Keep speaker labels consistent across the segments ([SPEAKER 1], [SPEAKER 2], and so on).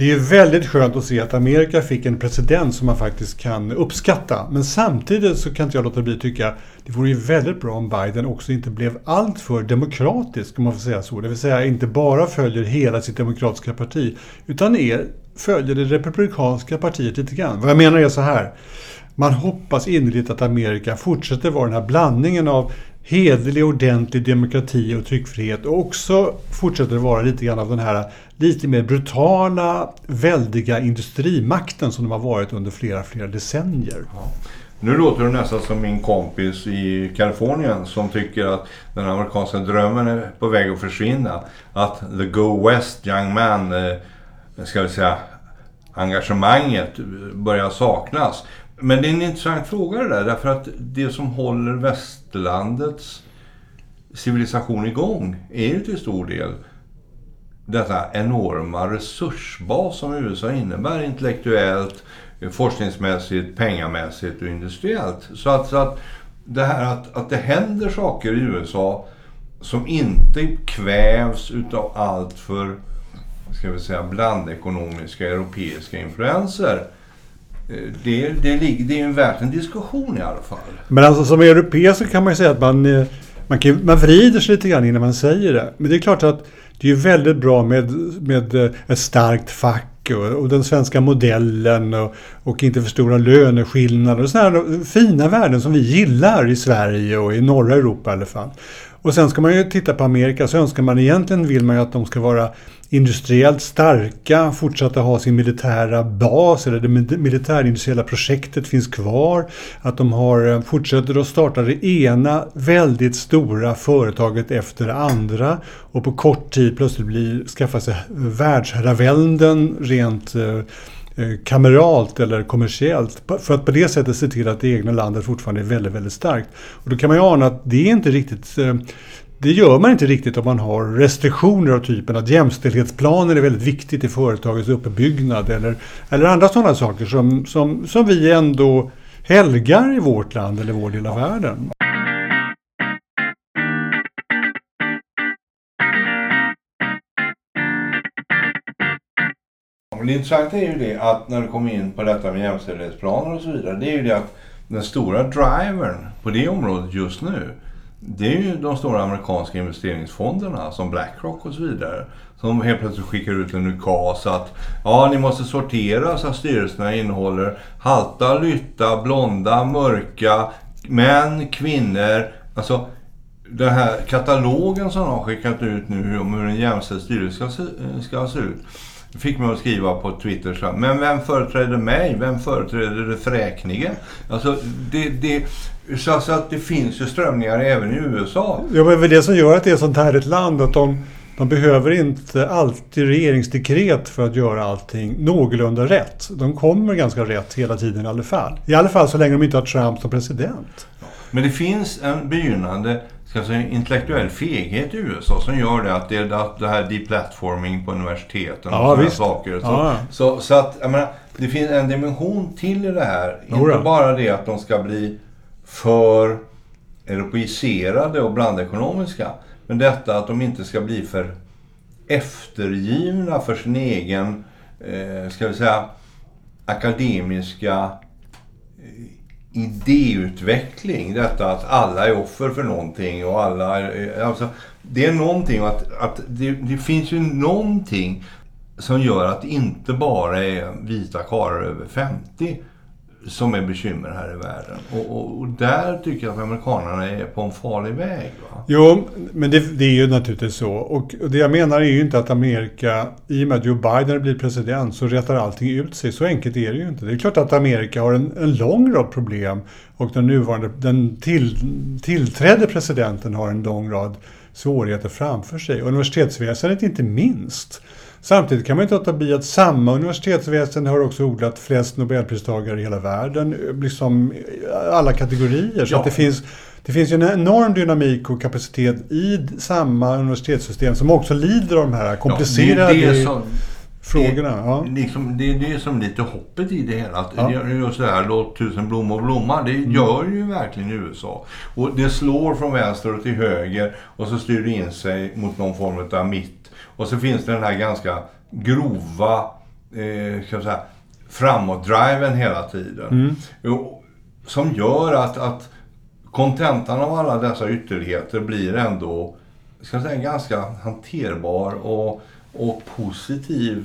[SPEAKER 1] Det är ju väldigt skönt att se att Amerika fick en president som man faktiskt kan uppskatta. Men samtidigt så kan inte jag låta bli att tycka det vore ju väldigt bra om Biden också inte blev allt för demokratisk, om man får säga så. Det vill säga inte bara följer hela sitt demokratiska parti utan följer det republikanska partiet lite grann. Vad jag menar är så här. Man hoppas innerligt att Amerika fortsätter vara den här blandningen av hederlig, ordentlig demokrati och tryckfrihet och också fortsätter vara lite grann av den här lite mer brutala, väldiga industrimakten som de har varit under flera decennier.
[SPEAKER 2] Ja. Nu låter det nästan som min kompis i Kalifornien som tycker att den amerikanska drömmen är på väg att försvinna. Att the go west young man, ska vi säga, engagemanget börjar saknas. Men det är en intressant fråga det där, därför att det som håller västerlandets civilisation igång är ju till stor del detta enorma resursbas som USA innebär intellektuellt, forskningsmässigt, pengamässigt och industriellt. Så att det här att det händer saker i USA som inte kvävs utav allt för, ska vi säga, blandekonomiska europeiska influenser. Det är ju värt en diskussion i alla fall.
[SPEAKER 1] Men alltså som europé så kan man ju säga att man vrider sig lite grann innan man säger det. Men det är klart att det är ju väldigt bra med ett starkt fack och den svenska modellen och inte för stora löneskillnader och sådana här fina värden som vi gillar i Sverige och i norra Europa i alla fall. Och sen ska man ju titta på Amerika, så önskar man egentligen, vill man ju att de ska vara industriellt starka, fortsätta ha sin militära bas eller det militärindustriella projektet finns kvar, att de fortsätter att starta det ena väldigt stora företaget efter det andra och på kort tid plötsligt skaffa sig världsherravälden rent kameralt eller kommersiellt, för att på det sättet se till att det egna landet fortfarande är väldigt, väldigt starkt. Och då kan man ju ana att det är inte riktigt, det gör man inte riktigt om man har restriktioner av typen att jämställdhetsplaner är väldigt viktigt i företagets uppbyggnad eller andra sådana saker som vi ändå helgar i vårt land eller vår del av världen.
[SPEAKER 2] Det intressanta är ju det att när du kommer in på detta med jämställdhetsplaner och så vidare, det är ju det att den stora drivern på det området just nu, det är ju de stora amerikanska investeringsfonderna som BlackRock och så vidare, som helt plötsligt skickar ut en ukas att ni måste sortera så att styrelserna innehåller halta, lytta, blonda, mörka, män, kvinnor. Alltså den här katalogen som de har skickat ut nu om hur en jämställd styrelse ska se ut, fick mig att skriva på Twitter så här, men vem företräder mig? Vem företräder det fräkningen? Alltså så att det finns ju strömningar även i USA.
[SPEAKER 1] Ja, men det som gör att det är sånt här ett land att de behöver inte alltid regeringsdekret för att göra allting någorlunda rätt. De kommer ganska rätt hela tiden i alla fall. I alla fall så länge de inte har Trump som president.
[SPEAKER 2] Men det finns en begynnande intellektuell feghet i USA som gör det att det är det här deplatforming på universiteten och sådana saker. Så att jag menar, det finns en dimension till i det här. Inte bara det att de ska bli för europeiserade och blandekonomiska, men detta att de inte ska bli för eftergivna för sin egen, ska vi säga, akademiska idéutveckling, detta att alla är offer för någonting och alla alltså, det är någonting att det finns ju någonting som gör att det inte bara är vita karlar över 50 som är bekymmer här i världen. Och där tycker jag att amerikanerna är på en farlig väg. Va?
[SPEAKER 1] Jo, men det är ju naturligtvis så. Och det jag menar är ju inte att Amerika, i och med att Joe Biden blir president, så rättar allting ut sig. Så enkelt är det ju inte. Det är klart att Amerika har en lång rad problem. Och den tillträdde presidenten har en lång rad svårigheter framför sig. Universitetsväsendet inte minst. Samtidigt kan man inte låta bli att samma universitetsväsen har också odlat flest Nobelpristagare i hela världen, liksom alla kategorier. Så att det finns ju en enorm dynamik och kapacitet i samma universitetssystem som också lider av de här komplicerade frågorna.
[SPEAKER 2] Det är som lite hoppet i det hela. Att just det här, låt tusen blommor blomma, det gör ju verkligen i USA. Och det slår från vänster och till höger och så styr det in sig mot någon form av mitt. Och så finns det den här ganska grova ska jag säga, framåt-driven hela tiden. Som gör att kontentan av alla dessa ytterligheter blir ändå, ska jag säga, ganska hanterbar och positiv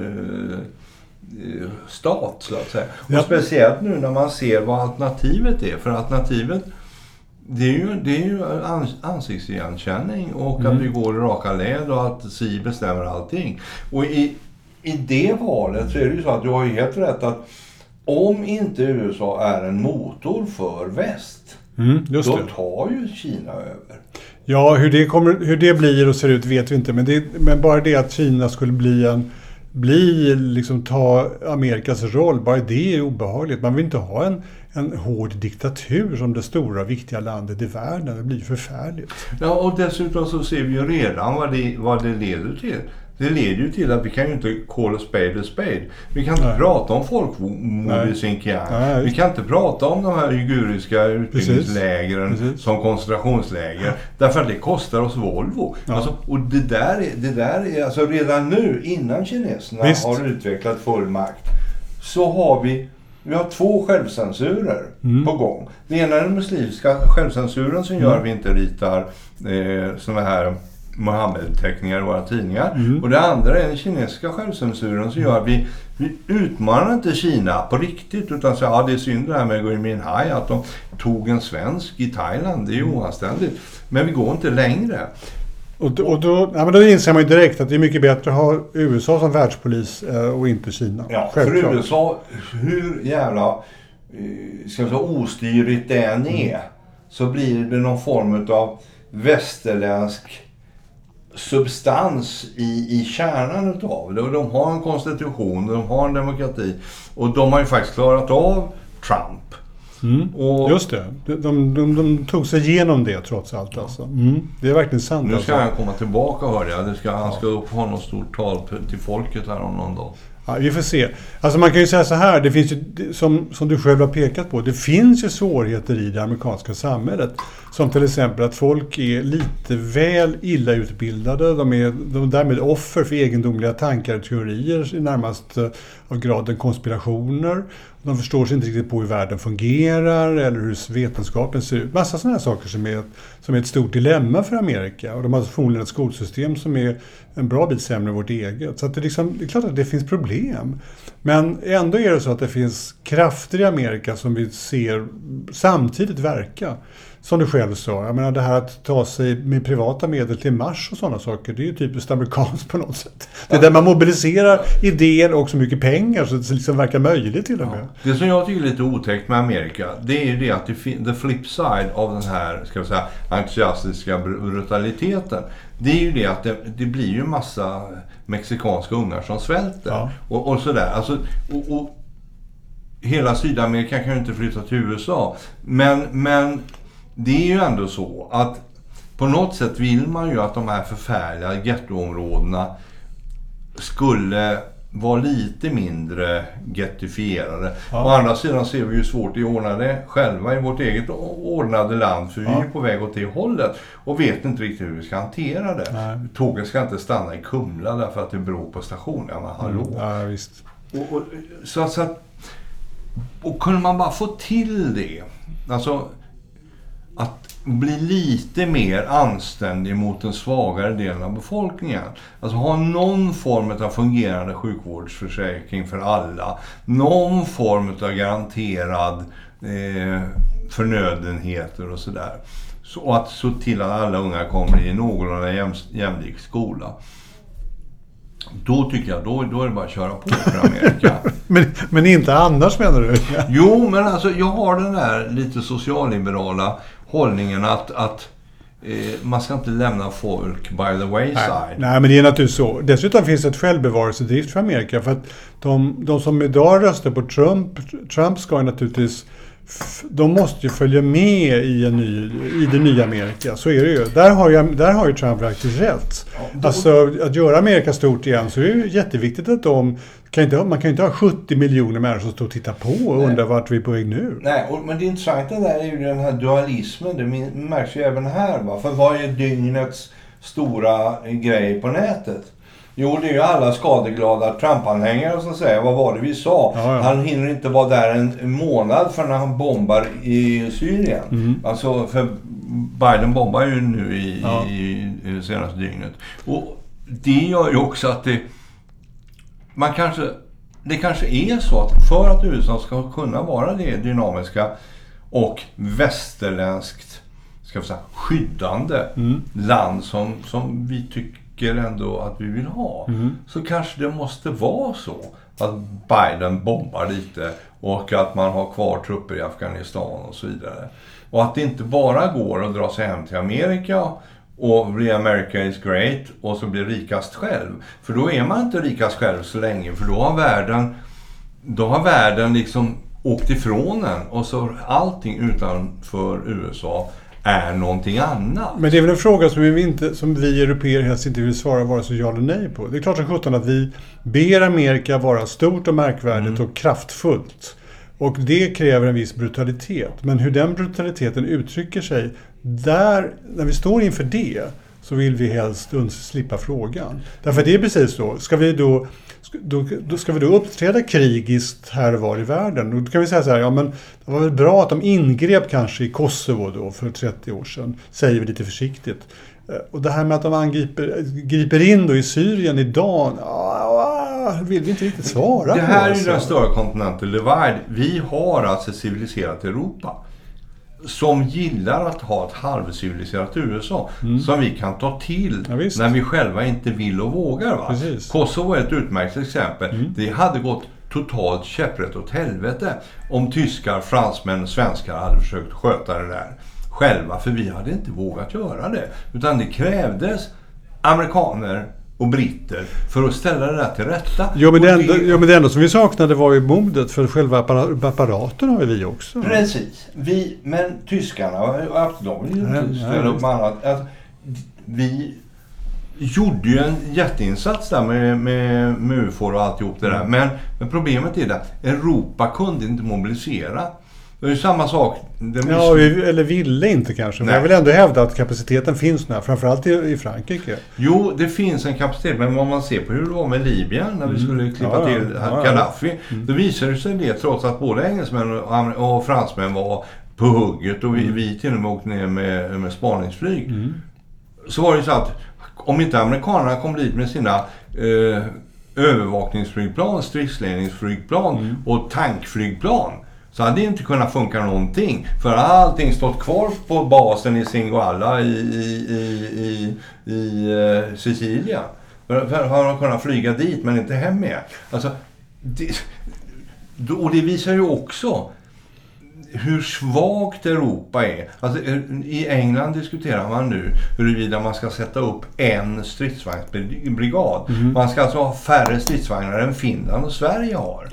[SPEAKER 2] stat, så att säga. Och speciellt nu när man ser vad alternativet är. För alternativet, det är ju ansiktsigenkänning och att vi går i raka led och att SI bestämmer allting. Och i det valet så är det ju så att du har ju helt rätt att om inte USA är en motor för väst, då tar ju Kina över.
[SPEAKER 1] Ja, hur det blir och ser ut vet vi inte. Men bara det att Kina skulle liksom ta Amerikas roll, bara det är obehagligt. Man vill inte ha en hård diktatur som det stora viktiga landet i världen. Det blir förfärligt.
[SPEAKER 2] Ja, och dessutom så ser vi ju redan vad det leder till. Det leder ju till att vi kan ju inte call a spade. Vi kan inte prata om folkmord i Xinjiang. Vi kan inte prata om de här uiguriska utbildningslägren som koncentrationsläger. Därför att det kostar oss Volvo. Ja. Alltså, och det där är alltså redan nu, innan kineserna har utvecklat full makt, så har vi har 2 självcensurer på gång. Det ena är den muslimska självcensuren som gör att vi inte ritar såna här Mohammed-teckningar i våra tidningar. Och det andra är den kinesiska självcensuren som gör att vi utmanar inte Kina på riktigt, utan så det är synd det här med Gui Minhai att de tog en svensk i Thailand, det är ju oanständigt. Men vi går inte längre.
[SPEAKER 1] Och då inser man ju direkt att det är mycket bättre att ha USA som världspolis och inte Kina.
[SPEAKER 2] Ja, för USA, hur jävla ska jag säga, ostyrigt det än är, så blir det någon form av västerländsk substans i kärnan utav det. Och de har en konstitution, de har en demokrati, och de har ju faktiskt klarat av Trump. Och
[SPEAKER 1] just det. De tog sig igenom det trots allt. Alltså. Det är verkligen sant.
[SPEAKER 2] Nu ska han komma tillbaka, hörde jag. Han ska upp ha något stort tal till folket här om någon dag.
[SPEAKER 1] Ja, vi får se. Alltså man kan ju säga så här, det finns ju, som du själv har pekat på, det finns ju svårigheter i det amerikanska samhället. Som till exempel att folk är lite väl illa utbildade, de är därmed offer för egendomliga tankar och teorier, närmast av graden konspirationer. De förstår sig inte riktigt på hur världen fungerar eller hur vetenskapen ser ut. Massa sådana här saker som är ett stort dilemma för Amerika. Och de har förmodligen ett skolsystem som är en bra bit sämre än vårt eget. Så att det är klart att det finns problem. Men ändå är det så att det finns krafter i Amerika som vi ser samtidigt verka. Som du själv sa, jag menar det här att ta sig med privata medel till Mars och sådana saker, det är ju typiskt amerikanskt på något sätt. Det är där man mobiliserar idéer och så mycket pengar så att det liksom verkar möjligt till och med.
[SPEAKER 2] Det som jag tycker är lite otäckt med Amerika, det är ju det att the flip side av den här, ska vi säga, entusiastiska brutaliteten, det är ju det att det blir ju massa mexikanska ungar som svälter och sådär. Alltså, och hela Sydamerika kan ju inte flytta till USA, men det är ju ändå så att på något sätt vill man ju att de här förfärliga gettoområdena skulle vara lite mindre gettifierade. Å andra sidan ser vi ju svårt att ordna det själva i vårt eget ordnade land, för vi är på väg åt det hållet och vet inte riktigt hur vi ska hantera det. Nej. Tåget ska inte stanna i Kumla därför att det beror på stationen. Ja, hallå.
[SPEAKER 1] Ja, visst.
[SPEAKER 2] Och kunde man bara få till det, alltså att bli lite mer anständig mot den svagare delen av befolkningen. Alltså ha någon form av fungerande sjukvårdsförsäkring för alla. Någon form av garanterad förnödenheter och sådär. Så att så till att alla unga kommer i någorlunda jämlik skola. Då tycker jag, då är det bara att köra på för Amerika.
[SPEAKER 1] men inte annars, menar du?
[SPEAKER 2] Jo, men alltså jag har den där lite socialliberala hållningen att man ska inte lämna folk by the wayside.
[SPEAKER 1] Nej, men det är naturligtvis så. Dessutom finns det ett självbevarelsedrift för Amerika. För att de som idag röstar på Trump ska naturligtvis, de måste ju följa med i det nya Amerika. Så är det ju. Där har ju Trump faktiskt rätt. Alltså att göra Amerika stort igen, så är det ju jätteviktigt att man kan ju inte ha 70 miljoner människor som står och tittar på och undrar vart vi är på väg nu.
[SPEAKER 2] Nej, men det intressanta där är ju den här dualismen. Det märks ju även här. Va? För vad är dygnets stora grej på nätet? Jo, det är ju alla skadeglada Trump-anhängare som säger, vad var det vi sa?
[SPEAKER 1] Ja.
[SPEAKER 2] Han hinner inte vara där en månad för när han bombar i Syrien. Alltså, för Biden bombar ju nu i senaste dygnet. Och det gör ju också att det kanske är så att för att USA ska kunna vara det dynamiska och västerländskt, ska vi säga, skyddande land som vi tycker ändå att vi vill ha, så kanske det måste vara så att Biden bombar lite och att man har kvar trupper i Afghanistan och så vidare. Och att det inte bara går att dra sig hem till Amerika och bli America is great och så bli rikast själv. För då är man inte rikast själv så länge, för då har världen liksom åkt ifrån en och så allting utanför USA är någonting annat.
[SPEAKER 1] Men det är väl en fråga som vi européer helst inte vill svara vare sig ja eller nej på. Det är klart som sjutton att vi ber Amerika vara stort och märkvärdigt och kraftfullt. Och det kräver en viss brutalitet. Men hur den brutaliteten uttrycker sig, där, när vi står inför det, så vill vi helst slippa frågan. Därför det är precis så. Ska vi då uppträda krigiskt här och var i världen? Då kan vi säga så här, ja men det var väl bra att de ingrep kanske i Kosovo då för 30 år sedan, säger vi lite försiktigt. Och det här med att de griper in då i Syrien idag, vill vi inte riktigt svara på.
[SPEAKER 2] Det här är ju den stora kontinenten divide. Vi har alltså civiliserat Europa som gillar att ha ett halvciviliserat USA som vi kan ta till när vi själva inte vill och vågar. Va? Kosovo är ett utmärkt exempel. Det hade gått totalt käpprätt åt helvete om tyskar, fransmän och svenskar hade försökt sköta det där själva, för vi hade inte vågat göra det. Utan det krävdes amerikaner och britter för att ställa det där till rätta.
[SPEAKER 1] Jo, men det enda som vi saknade var ju modet, för själva apparaten har vi också.
[SPEAKER 2] Precis. Men tyskarna, de vill inte ställa upp med annat. Alltså, vi gjorde ju en jätteinsats där med UFO och alltihop det där. Men problemet är att Europa kunde inte mobilisera. Det är ju samma sak.
[SPEAKER 1] Eller ville inte kanske. Men jag vill ändå hävda att kapaciteten finns nu, framförallt i Frankrike.
[SPEAKER 2] Jo, det finns en kapacitet, men om man ser på hur det var med Libyen när vi skulle klippa till Gaddafi, då visade sig det, trots att både engelsmän och fransmän var på hugget och vi till och med åkte ner med spaningsflyg. Så var det så att om inte amerikanerna kom dit med sina övervakningsflygplan, stridsledningsflygplan och tankflygplan, så hade det inte kunnat funka någonting. För allting stått kvar på basen i Singoalla i Sicilien. För har de kunnat flyga dit men inte hem med. Alltså, och det visar ju också hur svagt Europa är. Alltså, i England diskuterar man nu huruvida man ska sätta upp en stridsvagnsbrigad. Man ska alltså ha färre stridsvagnar än Finland och Sverige har.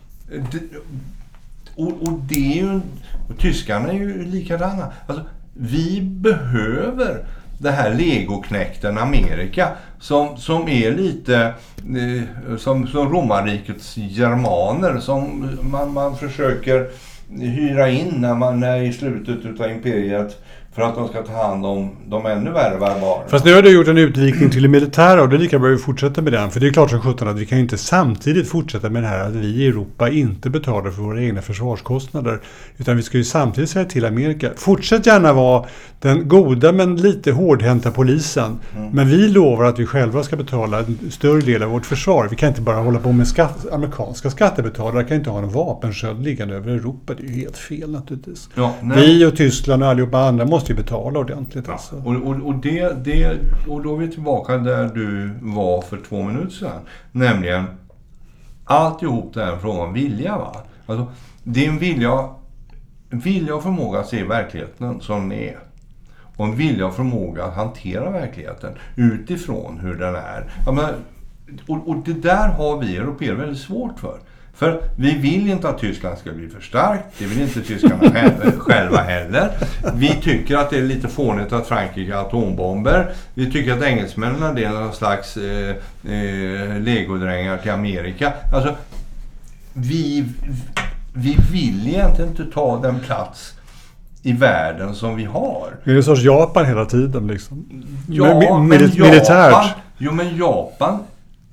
[SPEAKER 2] Och det är ju, och tyskarna är ju likadana. Alltså, vi behöver det här legoknäkten Amerika som är lite som romarrikets germaner som man försöker hyra in när man är i slutet av imperiet för att de ska ta hand om de ännu värre barbarerna.
[SPEAKER 1] Fast nu har du gjort en utvikning till det militära och det är lika bra att vi fortsätter med den. För det är klart som sjutton att vi kan ju inte samtidigt fortsätta med det här att vi i Europa inte betalar för våra egna försvarskostnader. Utan vi ska ju samtidigt säga till Amerika, fortsätt gärna vara den goda men lite hårdhänta polisen. Men vi lovar att vi själva ska betala en större del av vårt försvar. Vi kan inte bara hålla på med amerikanska skattebetalare, kan inte ha en vapensköld liggande över Europa. Det är ju helt fel naturligtvis. Ja, vi och Tyskland och allihopa andra måste ju betala ordentligt. Alltså.
[SPEAKER 2] Och då är vi tillbaka där du var för 2 minuter sedan. Nämligen alltihop det här frågan om vilja. Va? Alltså, det är en vilja och förmåga att se verkligheten som den är. Och en vilja och förmåga att hantera verkligheten utifrån hur den är. Ja, men, och det där har vi européer väldigt svårt för. För vi vill inte att Tyskland ska bli för starkt. Det vill inte tyskarna själva heller. Vi tycker att det är lite fånigt att Frankrike har atombomber. Vi tycker att engelsmännen är någon slags legodrängar till Amerika. Alltså, vi vill egentligen inte ta den plats i världen som vi har.
[SPEAKER 1] Det är en sorts Japan hela tiden liksom.
[SPEAKER 2] Ja,
[SPEAKER 1] militärt.
[SPEAKER 2] Men Japan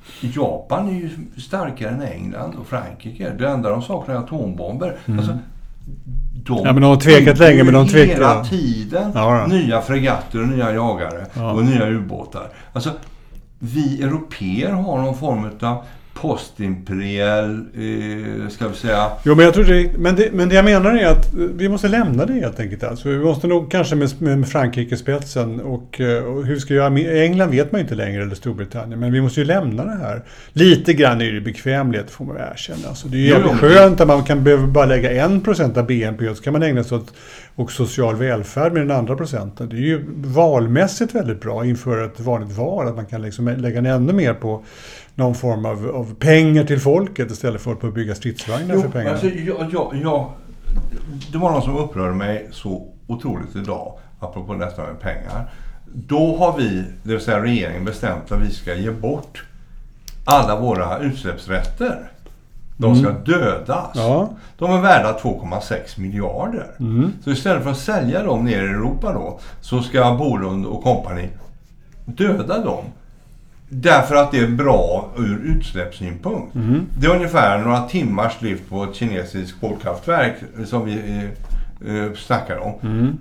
[SPEAKER 2] Japan är ju starkare än England och Frankrike. Det enda de saknar är atombomber. Alltså,
[SPEAKER 1] men de har tvekat länge, men de tvekar
[SPEAKER 2] hela tiden nya fregatter och nya jagare och nya ubåtar. Alltså, vi europeer har någon form av postimperial, ska vi säga.
[SPEAKER 1] Jo, men jag tror men det jag menar är att vi måste lämna det helt enkelt. Alltså, vi måste nog kanske med Frankrike spetsen och hur ska jag göra? England vet man inte längre, eller Storbritannien, men vi måste ju lämna det här. Lite grann är det bekvämlighet, får man erkänna. Alltså, det är ju jävligt skönt att man behöver bara lägga 1% av BNP och så kan man ägna sig åt social välfärd med den andra procenten. Det är ju valmässigt väldigt bra inför ett vanligt val, att man kan liksom lägga ännu mer på någon form av pengar till folket istället för att bygga stridsvagnar för pengar.
[SPEAKER 2] Alltså, det var någon som upprörde mig så otroligt idag, apropå detta med pengar. Då har vi, det vill säga regeringen, bestämt att vi ska ge bort alla våra utsläppsrätter. De ska dödas. Ja. De är värda 2,6 miljarder. Så istället för att sälja dem ner i Europa då, så ska Bolund och kompani döda dem. Därför att det är bra ur utsläppssynpunkt. Det är ungefär några timmars drift på ett kinesiskt kolkraftverk som vi snackar om.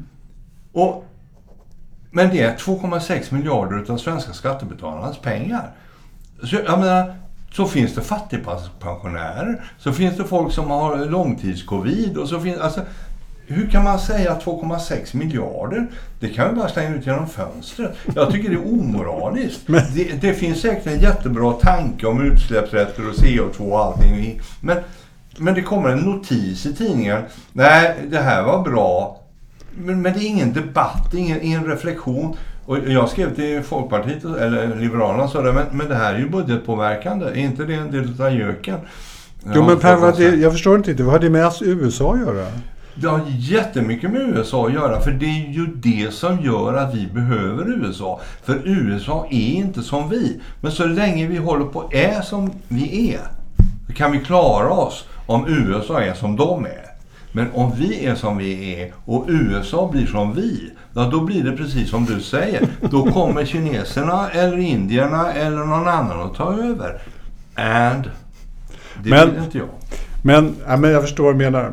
[SPEAKER 2] Men det är 2,6 miljarder av svenska skattebetalarnas pengar. Så jag menar, så finns det fattigpensionärer, så finns det folk som har långtidscovid och så finns alltså, hur kan man säga 2,6 miljarder? Det kan vi bara slänga ut genom fönstret. Jag tycker det är omoraliskt. Det finns säkert en jättebra tanke om utsläppsrätter och CO2 och allting. Men det kommer en notis i tidningen. Nej, det här var bra. Men det är ingen debatt, ingen reflektion. Och jag skrev till Folkpartiet eller Liberalerna så där, men det här är ju budgetpåverkande. Är inte det en del av göken?
[SPEAKER 1] Jo, men Per, jag förstår inte. Vad har det med USA att göra?
[SPEAKER 2] Det har jättemycket med USA att göra, för det är ju det som gör att vi behöver USA. För USA är inte som vi. Men så länge vi håller på är som vi är, så kan vi klara oss om USA är som de är. Men om vi är som vi är och USA blir som vi, då blir det precis som du säger. Då kommer kineserna eller indierna eller någon annan att ta över. And det vill inte jag.
[SPEAKER 1] Men jag förstår vad du menar.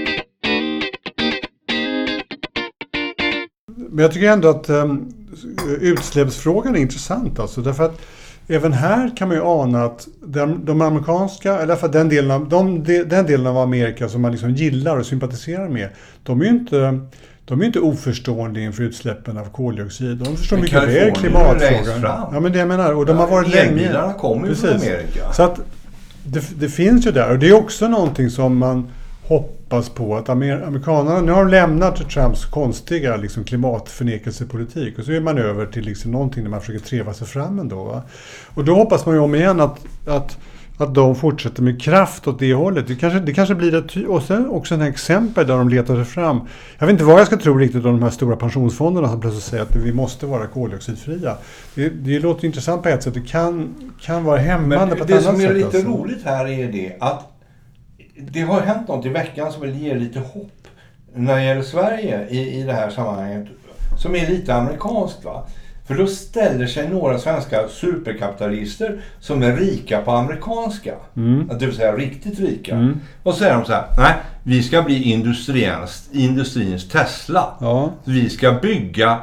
[SPEAKER 1] Men jag tycker ändå att utsläppsfrågan är intressant. Alltså, därför att även här kan man ju ana att de amerikanska, eller för den delen av Amerika som man liksom gillar och sympatiserar med, de är ju inte oförstående inför utsläppen av koldioxid. De förstår mycket väl klimatfrågan. Ja, men det jag menar. Och de har varit länge.
[SPEAKER 2] Elbilarna kommer ju från Amerika.
[SPEAKER 1] Så att det finns ju där. Och det är också någonting som man hoppas på att amerikanerna, nu har de lämnat Trumps konstiga liksom, klimatförnekelsepolitik och så är man över till liksom, någonting där man försöker treva sig fram ändå. Va? Och då hoppas man ju om igen att de fortsätter med kraft åt det hållet. Det kanske blir det, och sen också en exempel där de letar sig fram. Jag vet inte vad jag ska tro riktigt om de här stora pensionsfonderna som plötsligt säger att vi måste vara koldioxidfria. Det låter intressant på ett sätt. Det kan vara hämmande på ett annat sätt.
[SPEAKER 2] Det som är lite
[SPEAKER 1] alltså.
[SPEAKER 2] roligt här är det att det har hänt något i veckan som vill ge lite hopp när det gäller Sverige i det här sammanhanget, som är lite amerikanskt, va? För då ställer sig några svenska superkapitalister som är rika på amerikanska, det vill säga riktigt rika, och så säger de så här: nej, vi ska bli industrins Tesla. Ja. Vi ska bygga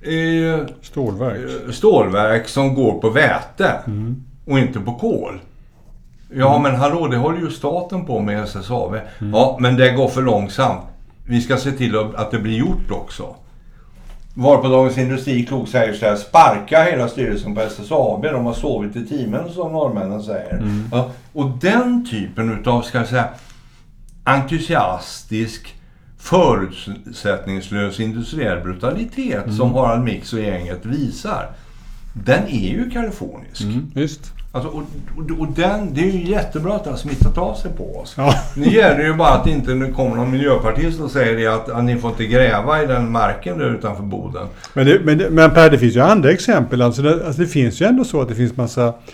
[SPEAKER 2] stålverk som går på väte och inte på kol. Ja, men hallå, det håller ju staten på med SSAB. Ja, men det går för långsamt. Vi ska se till att det blir gjort också. Varpå Dagens Industri klok säger så här: sparka hela styrelsen på SSAB. De har sovit i timmen, som norrmännen säger. Ja, och den typen utav, ska jag säga, entusiastisk, förutsättningslös industriell brutalitet som Harald Mix och gänget visar, den är ju kalifornisk.
[SPEAKER 1] Just.
[SPEAKER 2] Alltså, och det är ju jättebra att den har smittat av sig på oss. Ja. Nu gäller det ju bara att inte nu kommer någon miljöpartist och säger det att ni får inte gräva i den marken där utanför Boden.
[SPEAKER 1] Men Per, det finns ju andra exempel. Alltså det finns ju ändå så att det finns massa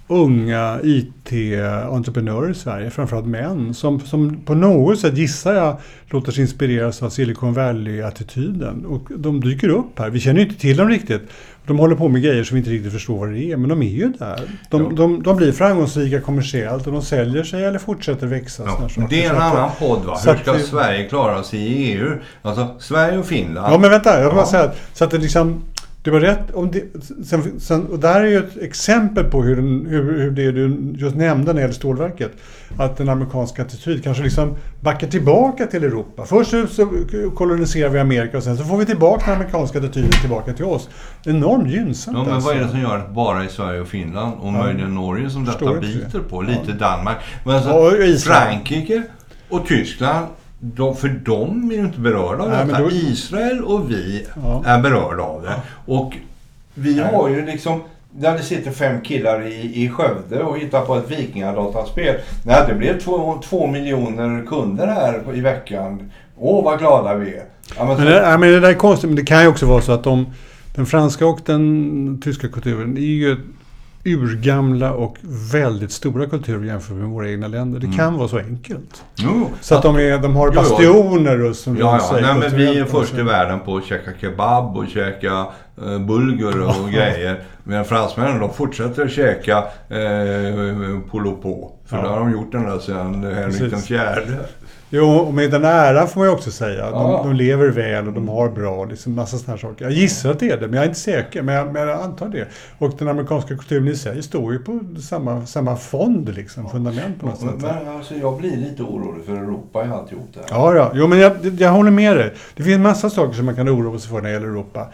[SPEAKER 1] unga IT-entreprenörer i Sverige, framförallt män, som på något sätt, gissar jag, låter sig inspireras av Silicon Valley-attityden. Och de dyker upp här. Vi känner ju inte till dem riktigt. De håller på med grejer som vi inte riktigt förstår vad det är, men de är ju där. De blir framgångsrika kommersiellt och de säljer sig eller fortsätter växa.
[SPEAKER 2] Ja, det är en annan podd, va? Hur ska Sverige klara sig i EU? Alltså, Sverige och Finland.
[SPEAKER 1] Ja, men vänta, jag vill bara säga så att det liksom... Du var rätt om det, sen, och där är ju ett exempel på hur det du just nämnde när det gäller stålverket. Att den amerikanska attityd kanske liksom backar tillbaka till Europa. Först så koloniserar vi Amerika och sen så får vi tillbaka den amerikanska attityden tillbaka till oss. Enormt gynnsamt.
[SPEAKER 2] Ja, men vad är det som gör att bara i Sverige och Finland och möjligen Norge som detta biter på? Lite Danmark. Men alltså, Frankrike och Tyskland... för de är ju inte berörda av detta. Israel och vi är berörda av det. Och vi har ju liksom, där det sitter 5 killar i Skövde och hittar på ett vikingadataspel. Nej, det blir 2 miljoner kunder här i veckan. Vad glada vi är. Ja,
[SPEAKER 1] men det där är konstigt, men det kan ju också vara så att den franska och den tyska kulturen är ju urgamla och väldigt stora kulturer jämfört med våra egna länder. Det kan vara så enkelt. Så att de har bastioner och som
[SPEAKER 2] men vi är först i världen på att käka kebab och käka bulgur och grejer. Men fransmännen, de fortsätter att käka polo på. För då har de gjort den där sedan Henrik den fjärde.
[SPEAKER 1] Jo, och med den äran får man ju också säga. De lever väl och de har bra, liksom massa sådana här saker. Jag gissar att det är det, men jag är inte säker. Men jag antar det. Och den amerikanska kulturen i sig står ju på samma fond, liksom, fundament på något sätt.
[SPEAKER 2] Men alltså, jag blir lite orolig för Europa i alltihop det här.
[SPEAKER 1] Ja. Jo, men jag håller med dig. Det finns en massa saker som man kan oroa sig för när det gäller Europa.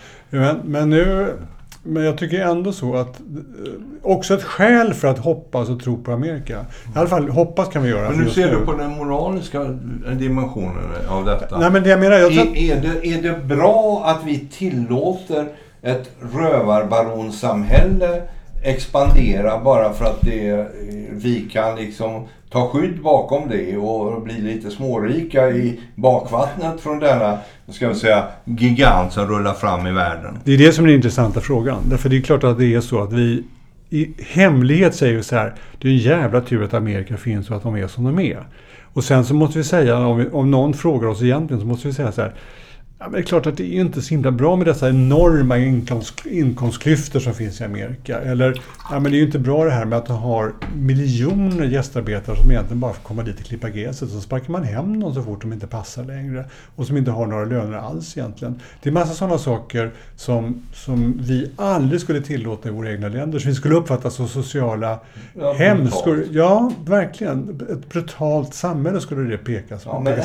[SPEAKER 1] Men jag tycker ändå så att också ett skäl för att hoppas och tro på Amerika. I alla fall hoppas kan vi göra.
[SPEAKER 2] Men nu ser du på den moraliska dimensionen av detta.
[SPEAKER 1] Nej, men det jag menar,
[SPEAKER 2] är det bra att vi tillåter ett rövarbaronsamhälle expandera bara för att vi kan liksom ta skydd bakom det och bli lite smårika i bakvattnet från denna, ska vi säga, gigant som rullar fram i världen?
[SPEAKER 1] Det är det som är den intressanta frågan. Därför det är klart att det är så att vi i hemlighet säger så här: det är en jävla tur att Amerika finns och att de är som de är. Och sen så måste vi säga, om någon frågar oss egentligen, så måste vi säga så här: ja, men det är klart att det är inte så himla bra med dessa enorma inkomstklyftor som finns i Amerika. Eller, ja, men det är ju inte bra det här med att de har miljoner gästarbetare som egentligen bara får komma dit och klippa gräset. Så sparkar man hem dem så fort de inte passar längre. Och som inte har några löner alls egentligen. Det är massa sådana saker som vi aldrig skulle tillåta i våra egna länder. Så vi skulle uppfatta som sociala hemskor. Ja, verkligen. Ett brutalt samhälle skulle det pekas.
[SPEAKER 2] Ja, men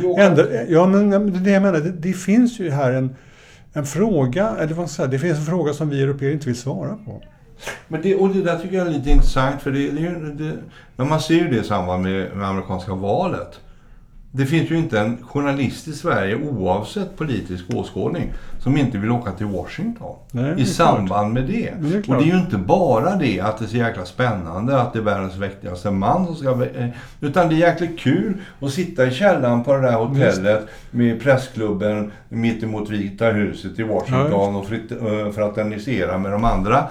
[SPEAKER 1] men det jag menar, det finns ju här en fråga, eller vad ska jag säga, det finns en fråga som vi européer inte vill svara på.
[SPEAKER 2] Men det där tycker jag är lite intressant, för när man ser det i samband med amerikanska valet. Det finns ju inte en journalist i Sverige, oavsett politisk åskådning, som inte vill åka till Washington.
[SPEAKER 1] Nej,
[SPEAKER 2] i samband med det. Och det är ju inte bara det att det är så jäkla spännande att det är världens viktigaste man som ska... Utan det är jäkligt kul att sitta i källaren på det där hotellet med pressklubben mitt emot Vita huset i Washington och fraternisera med de andra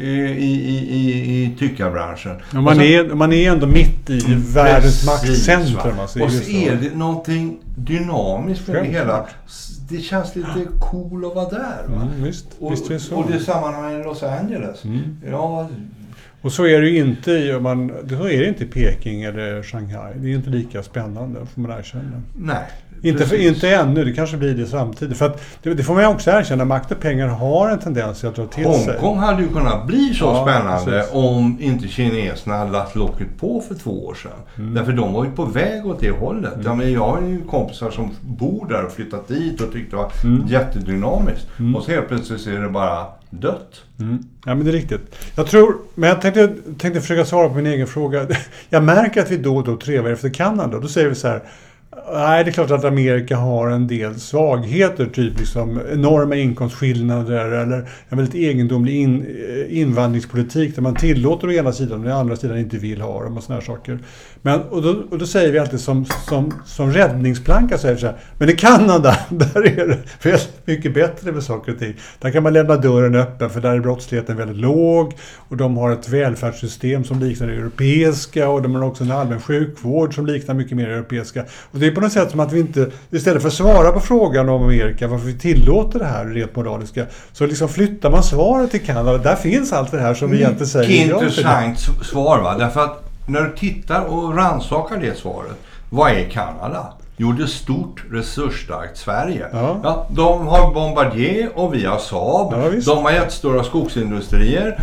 [SPEAKER 2] i tyckarbranschen.
[SPEAKER 1] Ja, man är ändå mitt i världens maktcentrum.
[SPEAKER 2] Alltså, och så är det någonting dynamiskt med det hela. Det känns lite cool att vara där. Va?
[SPEAKER 1] Visst är det så.
[SPEAKER 2] Och det är sammanhang i Los Angeles. Ja.
[SPEAKER 1] Och så är det ju inte i Peking eller Shanghai. Det är inte lika spännande, får man erkänna.
[SPEAKER 2] Nej.
[SPEAKER 1] Inte ännu, det kanske blir det samtidigt. För att det får man också erkänna, makt och pengar har en tendens att dra till sig.
[SPEAKER 2] Hongkong hade ju kunnat bli så spännande om inte kineserna hade lagt locket på för 2 år sedan. Därför de var ju på väg åt det hållet. Ja, men jag har ju kompisar som bor där och flyttat dit och tyckte det var jättedynamiskt. Och så helt plötsligt är det bara dött.
[SPEAKER 1] Ja, men det är riktigt. Jag tänkte försöka svara på min egen fråga. Jag märker att vi då och då trevar efter Kanada. Då säger vi så här: Nej, det är klart att Amerika har en del svagheter, typ liksom enorma inkomstskillnader eller en väldigt egendomlig invandringspolitik där man tillåter å ena sidan och å andra sidan inte vill ha dem och såna här saker. Men, och då säger vi alltid som räddningsplanka, säger vi så här, men i Kanada, där är det väldigt mycket bättre med saker och ting. Där kan man lämna dörren öppen för där är brottsligheten väldigt låg och de har ett välfärdssystem som liknar det europeiska och de har också en allmän sjukvård som liknar mycket mer europeiska. Och det är på något sätt som att vi inte, istället för att svara på frågan om Amerika, varför vi tillåter det här rent moraliska, så liksom flyttar man svaret till Kanada. Där finns allt det här som vi egentligen säger.
[SPEAKER 2] Intressant svar, va? Därför att när du tittar och rannsakar det svaret, vad är Kanada? Jo, det är stort, resursstarkt Sverige. Ja. Ja, de har Bombardier och vi har Saab. Ja, de har jättestora skogsindustrier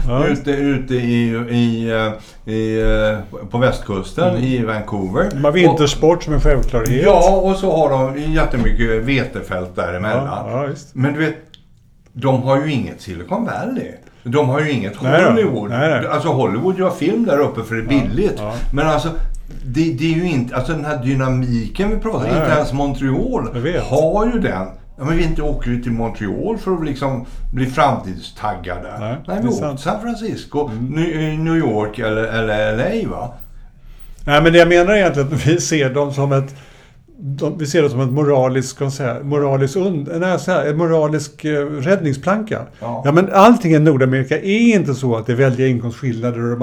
[SPEAKER 2] på västkusten i Vancouver.
[SPEAKER 1] De har vintersport som en självklarhet.
[SPEAKER 2] Ja, och så har de jättemycket vetefält däremellan. Ja, men du vet, de har ju inget Silicon Valley. De har ju inget Hollywood. Nej. Alltså Hollywood gör film där uppe för det är billigt. Ja. Men alltså det är ju inte, alltså den här dynamiken vi pratar, inte ens Montreal har ju den. Ja, men vi inte åker till Montreal för att liksom bli framtidstaggade. Nej, vi åker San Francisco, New York eller LA, va?
[SPEAKER 1] Nej, men det jag menar egentligen att vi ser dem som ett moralisk räddningsplanka. Ja, men allting i Nordamerika är inte så att det är väldiga inkomstskillnader och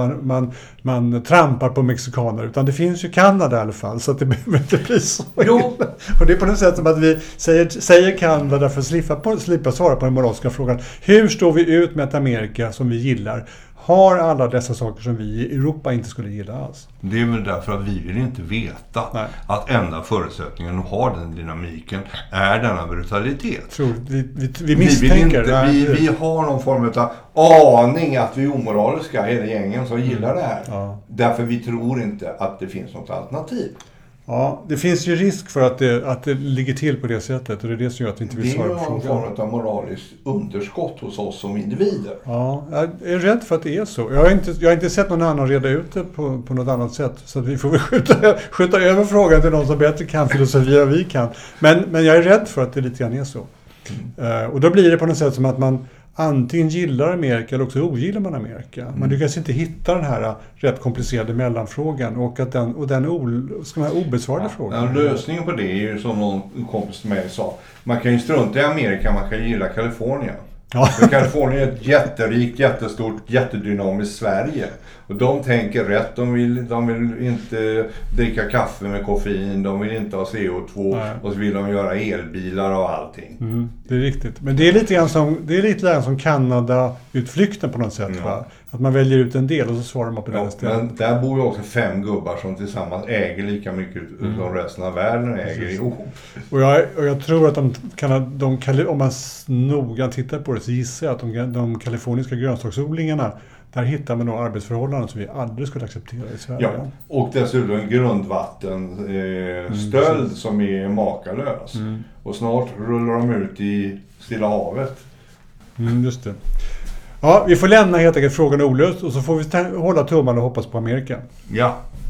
[SPEAKER 1] man trampar på mexikaner, utan det finns ju Kanada i alla fall, så att det behöver inte bli så. Och det är på något sätt som att vi säger Kanada för att slippa svara på den moraliska frågan. Hur står vi ut med ett Amerika som vi gillar? Har alla dessa saker som vi i Europa inte skulle gilla alls.
[SPEAKER 2] Det är väl därför att vi vill inte veta att enda förutsättningen att ha den dynamiken är denna brutalitet.
[SPEAKER 1] Vi misstänker.
[SPEAKER 2] Vi har någon form av aning att vi är omoraliska, hela gängen som gillar det här. Ja. Därför vi tror inte att det finns något alternativ.
[SPEAKER 1] Ja, det finns ju risk för att det ligger till på det sättet, och det är det som gör att vi inte vill svara på frågan.
[SPEAKER 2] Det är ju någon form av moraliskt underskott hos oss som individer.
[SPEAKER 1] Ja, jag är rädd för att det är så. Jag har inte sett någon annan reda ut det på något annat sätt, så att vi får väl skjuta över frågan till någon som bättre kan filosofi än vi kan. Men jag är rädd för att det lite grann är så. Och då blir det på något sätt som att man antingen gillar Amerika eller också ogillar man Amerika. Man lyckas inte hitta den här rätt komplicerade mellanfrågan och den obesvarade frågan.
[SPEAKER 2] Ja, lösningen på det är ju som någon kompis till mig sa. Man kan ju strunta i Amerika, man kan gilla Kalifornien. Ja. För Kalifornien är ett jätterikt, jättestort, jättedynamiskt Sverige. Och de tänker rätt, de vill inte dricka kaffe med koffein, de vill inte ha CO2. Nej. Och så vill de göra elbilar och allting.
[SPEAKER 1] Det är riktigt. Men det är lite grann som Kanada-utflykten på något sätt, va? Att man väljer ut en del och så svarar man på den stället.
[SPEAKER 2] Men där bor ju också 5 gubbar som tillsammans äger lika mycket som resten av världen äger ihop.
[SPEAKER 1] Och jag tror att om man noga tittar på det, så gissar jag att de kaliforniska grönsaksodlingarna, där hittar man några arbetsförhållanden som vi aldrig skulle acceptera i Sverige.
[SPEAKER 2] Ja, och dessutom grundvattenstöld som är makalös. Och snart rullar de ut i Stilla havet.
[SPEAKER 1] Just det. Ja, vi får lämna helt enkelt frågan olöst och så får vi hålla tummarna och hoppas på Amerika.
[SPEAKER 2] Ja.